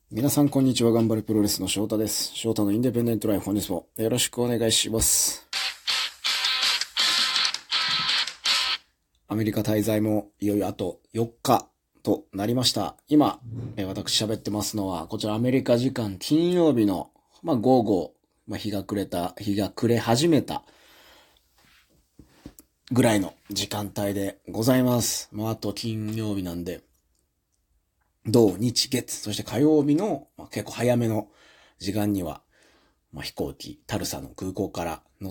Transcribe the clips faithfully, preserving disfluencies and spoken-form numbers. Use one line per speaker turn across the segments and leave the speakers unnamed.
皆さんこんにちは。頑張るプロレスの翔太です。翔太のインディペンデントライフ、本日もよろしくお願いします。アメリカ滞在もいよいよあとよっかとなりました。今、えー私喋ってますのは、こちらアメリカ時間金曜日の、まあ、午後、まあ、日が暮れた、日が暮れ始めたぐらいの時間帯でございます。まあ、あと金曜日なんで、土日月、そして火曜日の、まあ、結構早めの時間には、まあ、飛行機、タルサの空港から乗って、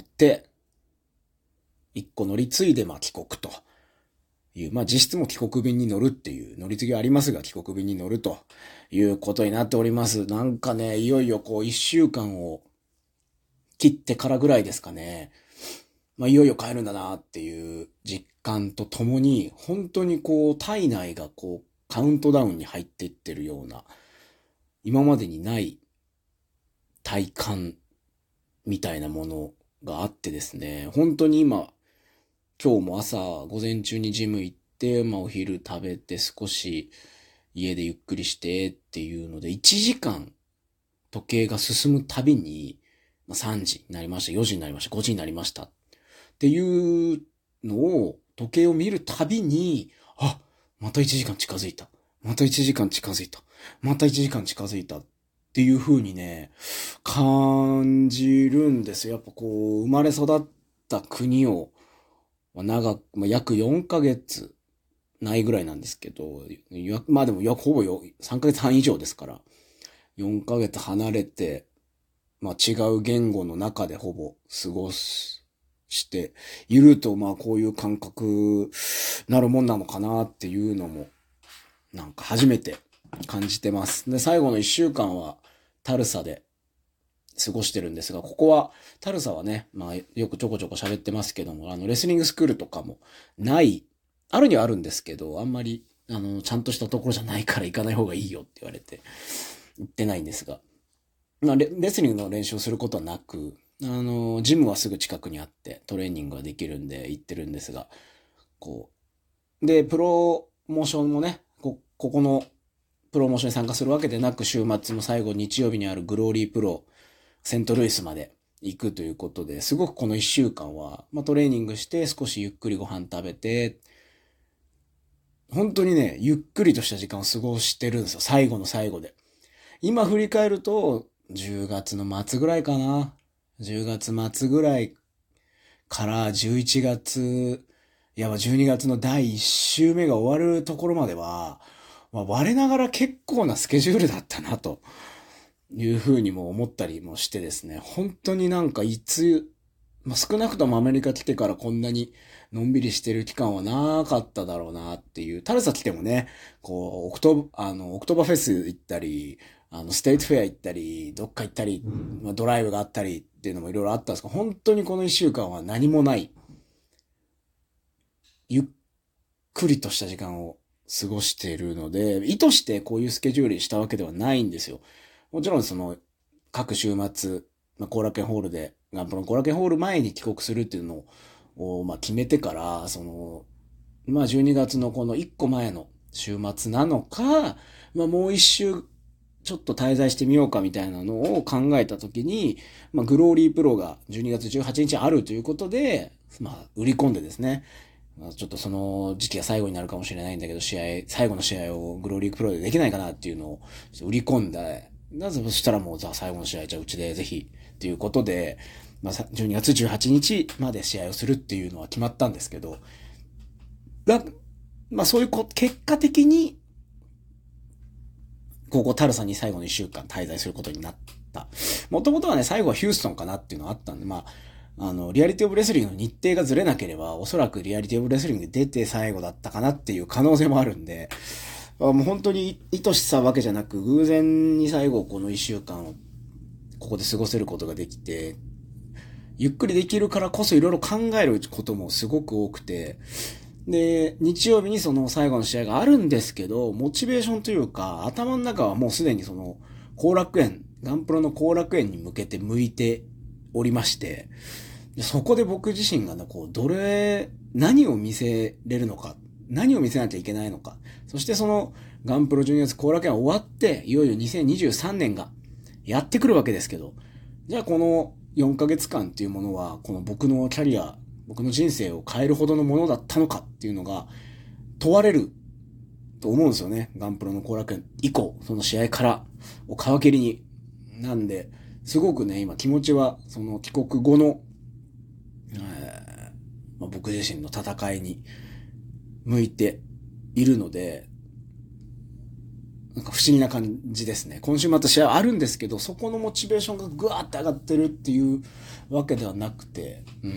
一個乗り継いで、まあ、帰国という、まあ、実質も帰国便に乗るっていう、乗り継ぎはありますが、帰国便に乗るということになっております。なんかね、いよいよこう、一週間を切ってからぐらいですかね。まあ、いよいよ帰るんだなっていう実感とともに、本当にこう、体内がこう、カウントダウンに入っていってるような、今までにない体感みたいなものがあってですね、本当に今、今日も朝、午前中にジム行って、まあお昼食べて少し家でゆっくりしてっていうので、いちじかん時計が進むたびに、まあ、さんじになりました、よじになりました、ごじになりましたっていうのを、時計を見るたびに、あ、またいちじかん近づいた。またいちじかん近づいた。またいちじかん近づいた。っていう風にね、感じるんですよ。やっぱこう、生まれ育った国を、まあ、長く、まあ、約よんかげつないぐらいなんですけど、まあでも、ほぼよさんかげつはん以上ですから、よんかげつ離れて、まあ違う言語の中でほぼ過ごす、していると、まあこういう感覚なるもんなのかなっていうのも、なんか初めて感じてます。で、最後のいっしゅうかんはタルサで過ごしてるんですが、ここは、タルサはね、まあよくちょこちょこ喋ってますけども、あの、レスリングスクールとかもない、あるにはあるんですけど、あんまり、あの、ちゃんとしたところじゃないから行かない方がいいよって言われて、行ってないんですが、まあレ、レスリングの練習をすることはなく、あの、ジムはすぐ近くにあって、トレーニングができるんで行ってるんですが、こう、で、プロモーションもね、こ、ここのプロモーションに参加するわけでなく、週末の最後日曜日にあるグローリープロ、セントルイスまで行くということで、すごくこの一週間は、まあトレーニングして少しゆっくりご飯食べて、本当にね、ゆっくりとした時間を過ごしてるんですよ。最後の最後で。今振り返ると、じゅうがつの末ぐらいかな。じゅうがつ末ぐらいからじゅういちがつ、いや、じゅうにがつのだいいっ週目が終わるところまでは、まあ、我ながら結構なスケジュールだったな、というふうにも思ったりもしてですね、本当になんかいつ、まあ、少なくともアメリカ来てからこんなにのんびりしてる期間はなかっただろうなっていう。タルサ来てもね、こう、オクト、あの、オクトバフェス行ったり、あの、ステートフェア行ったり、どっか行ったり、まあ、ドライブがあったりっていうのもいろいろあったんですが、本当にこの一週間は何もない、ゆっくりとした時間を過ごしているので、意図してこういうスケジュールにしたわけではないんですよ。もちろんその、各週末、まあ、後楽園ホールで、ガンプの後楽園ホール前に帰国するっていうのを、まあ、決めてから、その、まあ、じゅうにがつのこのいっこまえの週末なのか、まあ、もう一週、ちょっと滞在してみようかみたいなのを考えたときに、まあ、グローリープロがじゅうにがつじゅうはちにちあるということで、まあ、売り込んでですね、まあ、ちょっとその時期が最後になるかもしれないんだけど、試合、最後の試合をグローリープロでできないかなっていうのを売り込んだ。なぜそしたらもう、じゃあ最後の試合、じゃあうちでぜひっていうことで、まあ、じゅうにがつじゅうはちにちまで試合をするっていうのは決まったんですけど、だ、まあそういうこ、結果的に、ここタルさんに最後のいっしゅうかん滞在することになった。もともとはね、最後はヒューストンかなっていうのはあったんで、まあ、あの、リアリティオブレスリングの日程がずれなければ、おそらくリアリティオブレスリング出て最後だったかなっていう可能性もあるんで、もう本当に意図したわけじゃなく、偶然に最後このいっしゅうかんをここで過ごせることができて、ゆっくりできるからこそいろいろ考えることもすごく多くて、で、日曜日にその最後の試合があるんですけど、モチベーションというか、頭の中はもうすでにその、後楽園、ガンプロの後楽園に向けて向いておりまして、そこで僕自身がね、こう、どれ、何を見せれるのか、何を見せなきゃいけないのか、そしてその、 ガンプロじゅうにがつ後楽園は終わって、いよいよにせんにじゅうさんねんがやってくるわけですけど、じゃあこのよんかげつかんっていうものは、この僕のキャリア、僕の人生を変えるほどのものだったのかっていうのが問われると思うんですよね。ガンプロの後楽園以降、その試合からを皮切りに。なんで、すごくね、今気持ちは、その帰国後の、えーまあ、僕自身の戦いに向いているので、なんか不思議な感じですね。今週また試合あるんですけど、そこのモチベーションがぐわーって上がってるっていうわけではなくて、うん、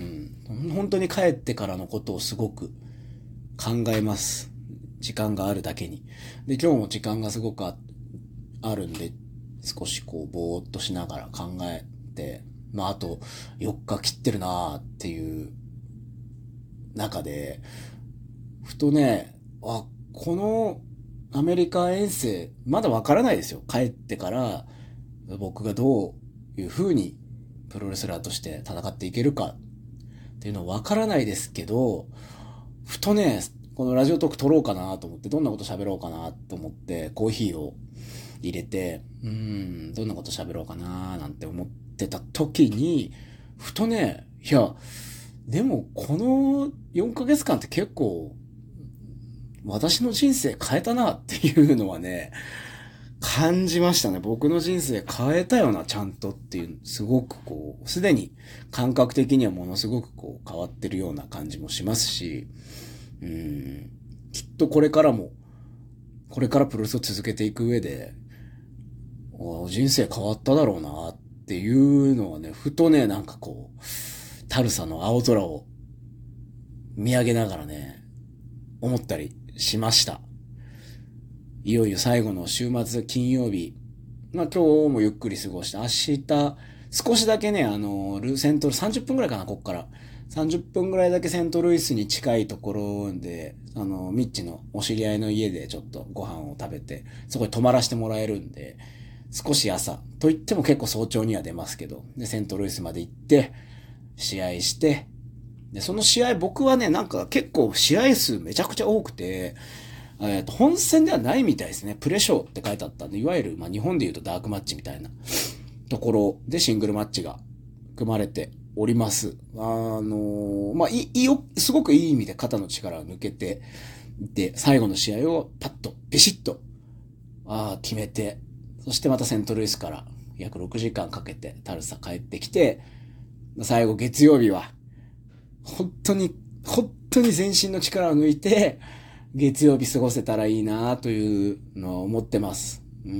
本当に帰ってからのことをすごく考えます。時間があるだけに。で、今日も時間がすごく あ, あるんで、少しこう、ぼーっとしながら考えて、まあ、あとよっか切ってるなーっていう中で、ふとね、あ、このアメリカ遠征、まだわからないですよ。帰ってから、僕がどういう風にプロレスラーとして戦っていけるかっていうのはわからないですけど、ふとね、このラジオトーク撮ろうかなと思って、どんなこと喋ろうかなと思って、コーヒーを入れて、うーん、どんなこと喋ろうかななんて思ってた時に、ふとね、いや、でもこのよんかげつかんって結構、私の人生変えたなっていうのはね、感じましたね。僕の人生変えたよな、ちゃんとっていう、すごくこう、すでに感覚的にはものすごくこう変わってるような感じもしますし、うーん、きっとこれからも、これからプロレスを続けていく上で、人生変わっただろうなっていうのはね、ふとね、なんかこう、タルサの青空を見上げながらね、思ったりしました。いよいよ最後の週末金曜日。まあ今日もゆっくり過ごして、明日、少しだけね、あの、セントル、さんじゅっぷんくらいかな、こっから。さんじゅっぷんくらいだけセントルイスに近いところで、あの、ミッチのお知り合いの家でちょっとご飯を食べて、そこに泊まらせてもらえるんで、少し朝、と言っても結構早朝には出ますけど、で、セントルイスまで行って、試合して、で、その試合、僕はね、なんか結構試合数めちゃくちゃ多くて、えっと、本戦ではないみたいですね。プレショーって書いてあったんで、いわゆる、まあ、日本で言うとダークマッチみたいなところでシングルマッチが組まれております。あのー、まあ、いいよ、すごくいい意味で肩の力が抜けて、で、最後の試合をパッと、ビシッと、あ決めて、そしてまたセントルイスから約ろくじかんかけてタルサ帰ってきて、最後月曜日は、本当に、本当に全身の力を抜いて、月曜日過ごせたらいいなというのを思ってます。うん。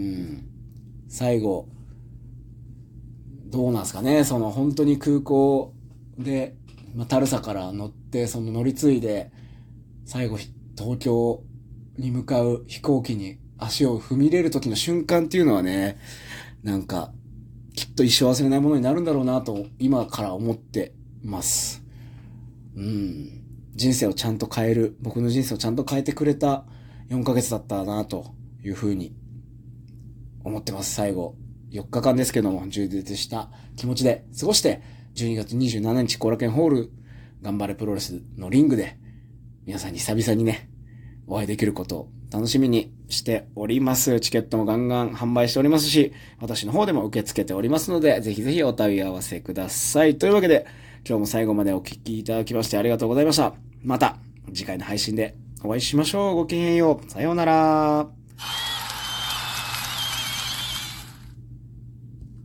最後、どうなんすかね、その本当に空港で、まあ、タルサから乗って、その乗り継いで、最後、東京に向かう飛行機に足を踏み入れる時の瞬間っていうのはね、なんか、きっと一生忘れないものになるんだろうなと、今から思ってます。うん。人生をちゃんと変える、僕の人生をちゃんと変えてくれたよんかげつだったなというふうに思ってます。最後、よっかかんですけども、充実した気持ちで過ごして、じゅうにがつにじゅうしちにち後楽園ホール、頑張れプロレスのリングで、皆さんに久々にね、お会いできることを楽しみにしております。チケットもガンガン販売しておりますし、私の方でも受け付けておりますので、ぜひぜひお問い合わせください。というわけで、今日も最後までお聞きいただきましてありがとうございました。また次回の配信でお会いしましょう。ごきげんよう。さようなら。